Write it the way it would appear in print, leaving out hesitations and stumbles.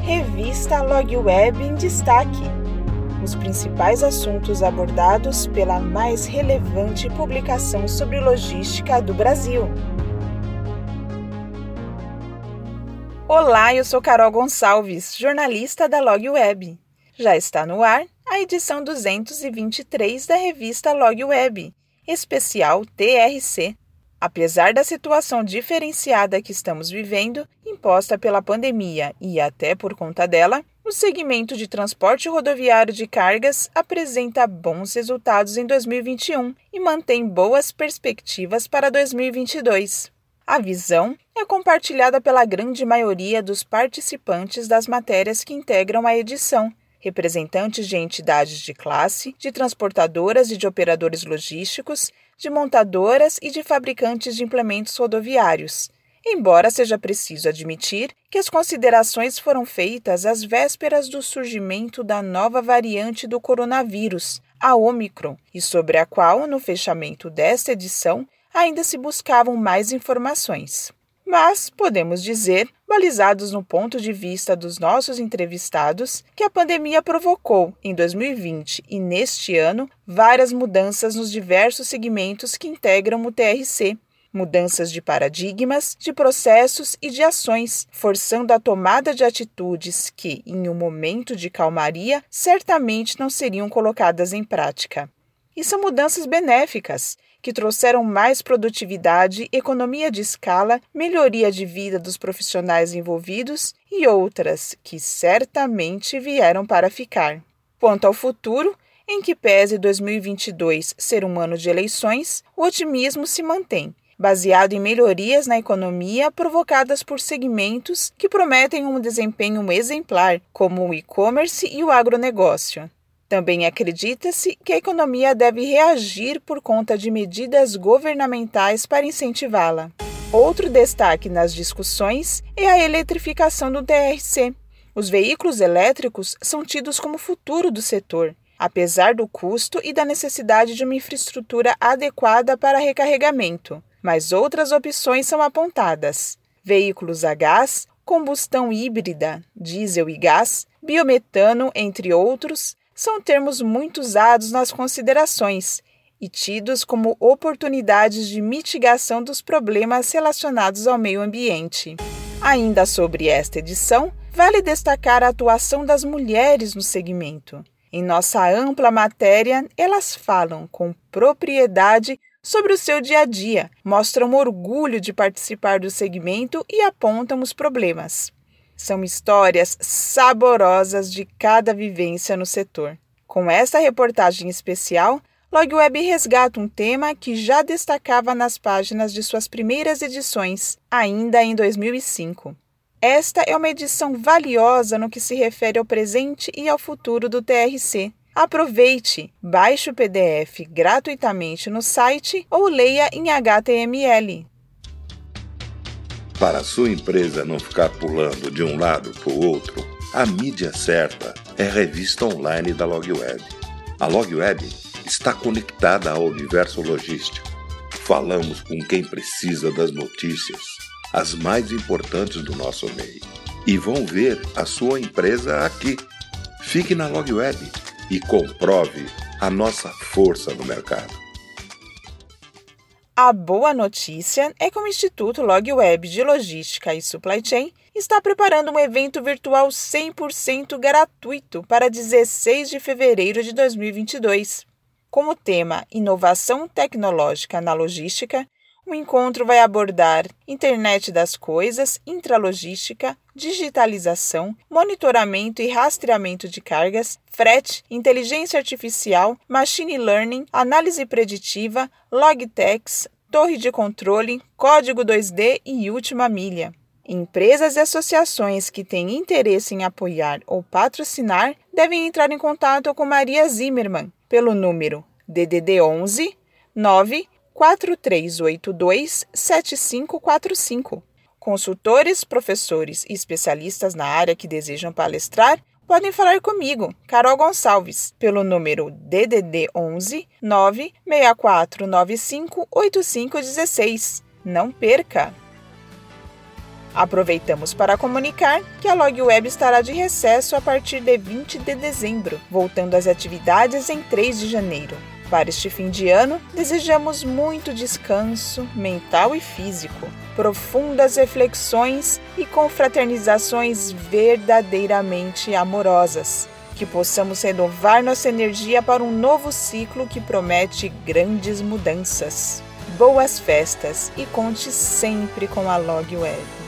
Revista LogWeb em Destaque. Os principais assuntos abordados pela mais relevante publicação sobre logística do Brasil. Olá, eu sou Carol Gonçalves, jornalista da LogWeb. Já está no ar a edição 223 da revista LogWeb, especial TRC. Apesar da situação diferenciada que estamos vivendo, imposta pela pandemia e até por conta dela, o segmento de transporte rodoviário de cargas apresenta bons resultados em 2021 e mantém boas perspectivas para 2022. A visão é compartilhada pela grande maioria dos participantes das matérias que integram a edição, representantes de entidades de classe, de transportadoras e de operadores logísticos, de montadoras e de fabricantes de implementos rodoviários, embora seja preciso admitir que as considerações foram feitas às vésperas do surgimento da nova variante do coronavírus, a Ômicron, e sobre a qual, no fechamento desta edição, ainda se buscavam mais informações. Mas podemos dizer, balizados no ponto de vista dos nossos entrevistados, que a pandemia provocou, em 2020 e neste ano, várias mudanças nos diversos segmentos que integram o TRC. Mudanças de paradigmas, de processos e de ações, forçando a tomada de atitudes que, em um momento de calmaria, certamente não seriam colocadas em prática. E são mudanças benéficas, que trouxeram mais produtividade, economia de escala, melhoria de vida dos profissionais envolvidos e outras que certamente vieram para ficar. Quanto ao futuro, em que pese 2022 ser um ano de eleições, o otimismo se mantém, baseado em melhorias na economia provocadas por segmentos que prometem um desempenho exemplar, como o e-commerce e o agronegócio. Também acredita-se que a economia deve reagir por conta de medidas governamentais para incentivá-la. Outro destaque nas discussões é a eletrificação do TRC. Os veículos elétricos são tidos como futuro do setor, apesar do custo e da necessidade de uma infraestrutura adequada para recarregamento. Mas outras opções são apontadas: veículos a gás, combustão híbrida, diesel e gás, biometano, entre outros, são termos muito usados nas considerações e tidos como oportunidades de mitigação dos problemas relacionados ao meio ambiente. Ainda sobre esta edição, vale destacar a atuação das mulheres no segmento. Em nossa ampla matéria, elas falam com propriedade sobre o seu dia a dia, mostram orgulho de participar do segmento e apontam os problemas. São histórias saborosas de cada vivência no setor. Com esta reportagem especial, LogWeb resgata um tema que já destacava nas páginas de suas primeiras edições, ainda em 2005. Esta é uma edição valiosa no que se refere ao presente e ao futuro do TRC. Aproveite, baixe o PDF gratuitamente no site ou leia em HTML. Para a sua empresa não ficar pulando de um lado para o outro, a mídia certa é a revista online da LogWeb. A LogWeb está conectada ao universo logístico. Falamos com quem precisa das notícias, as mais importantes do nosso meio. E vão ver a sua empresa aqui. Fique na LogWeb e comprove a nossa força no mercado. A boa notícia é que o Instituto LogWeb de Logística e Supply Chain está preparando um evento virtual 100% gratuito para 16 de fevereiro de 2022. Como tema Inovação Tecnológica na Logística, o encontro vai abordar internet das coisas, intralogística, digitalização, monitoramento e rastreamento de cargas, frete, inteligência artificial, machine learning, análise preditiva, logtechs, torre de controle, código 2D e última milha. Empresas e associações que têm interesse em apoiar ou patrocinar devem entrar em contato com Maria Zimmermann pelo número DDD 11 94382 7545. Consultores, professores e especialistas na área que desejam palestrar podem falar comigo, Carol Gonçalves, pelo número DDD 11 96495 8516. Não perca! Aproveitamos para comunicar que a Log Web estará de recesso a partir de 20 de dezembro, voltando às atividades em 3 de janeiro. Para este fim de ano, desejamos muito descanso mental e físico, profundas reflexões e confraternizações verdadeiramente amorosas. Que possamos renovar nossa energia para um novo ciclo que promete grandes mudanças. Boas festas e conte sempre com a Log Web.